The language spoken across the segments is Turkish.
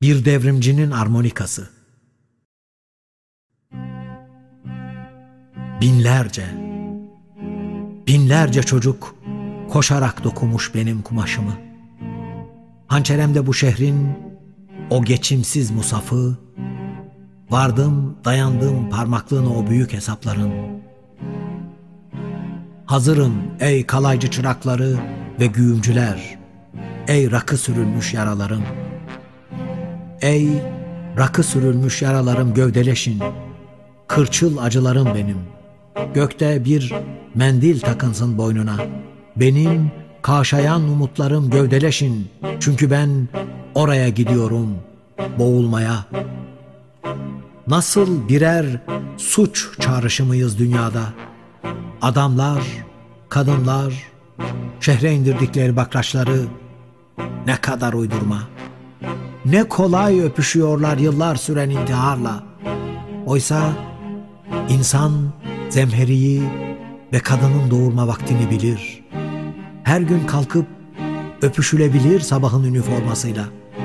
Bir devrimcinin armonikası. Binlerce çocuk koşarak dokumuş benim kumaşımı. Hançeremde bu şehrin o geçimsiz musafı, vardım dayandım parmaklığına o büyük hesapların. Hazırım ey kalaycı çırakları ve güğümcüler, ey rakı sürülmüş yaralarım. Ey rakı sürülmüş yaralarım gövdeleşin, kırçıl acılarım benim. Gökte bir mendil takınsın boynuna, benim kaşayan umutlarım gövdeleşin. Çünkü ben oraya gidiyorum, boğulmaya. Nasıl birer suç çağrışımıyız dünyada. Adamlar, kadınlar, şehre indirdikleri bakraçları ne kadar uydurma. Ne kolay öpüşüyorlar yıllar süren intiharla. Oysa insan zemheriyi ve kadının doğurma vaktini bilir. Her gün kalkıp öpüşülebilir sabahın üniformasıyla.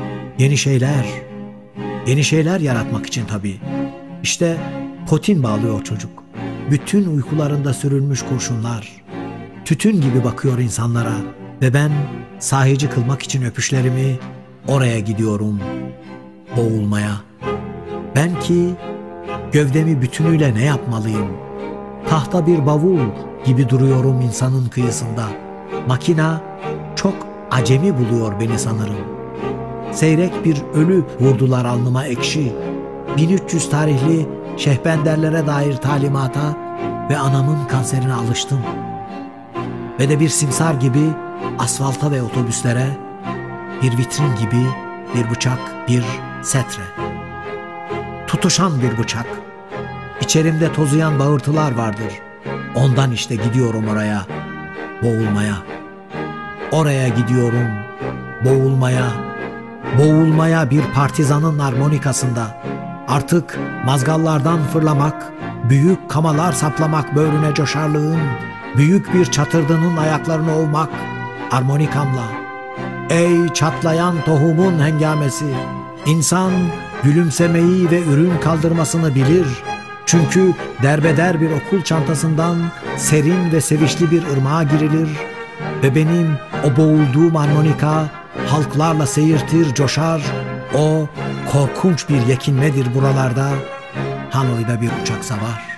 Yeni şeyler yaratmak için tabii. İşte potin bağlıyor çocuk. Bütün uykularında sürülmüş kurşunlar. Tütün gibi bakıyor insanlara ve ben sahici kılmak için öpüşlerimi oraya gidiyorum, boğulmaya. Ben ki gövdemi bütünüyle ne yapmalıyım? Tahta bir bavul gibi duruyorum insanın kıyısında. Makina çok acemi buluyor beni sanırım. Seyrek bir ölü vurdular alnıma ekşi. 1300 tarihli şehbenderlere dair talimata ve anamın kanserine alıştım. Ve de bir simsar gibi asfalta ve otobüslere, bir vitrin gibi bir bıçak, bir setre. Tutuşan bir bıçak. İçerimde tozuyan bağırtılar vardır. Ondan işte gidiyorum oraya, boğulmaya. Oraya gidiyorum, boğulmaya. Boğulmaya bir partizanın armonikasında. Artık mazgallardan fırlamak, büyük kamalar saplamak böğrüne coşarlığın, büyük bir çatırdının ayaklarını ovmak armonikamla. Ey çatlayan tohumun hengamesi! İnsan gülümsemeyi ve ürün kaldırmasını bilir. Çünkü derbeder bir okul çantasından serin ve sevişli bir ırmağa girilir ve benim o boğulduğum armonika halklarla seyirtir, coşar. O korkunç bir yekinmedir buralarda. Hanoi'da bir uçak savar.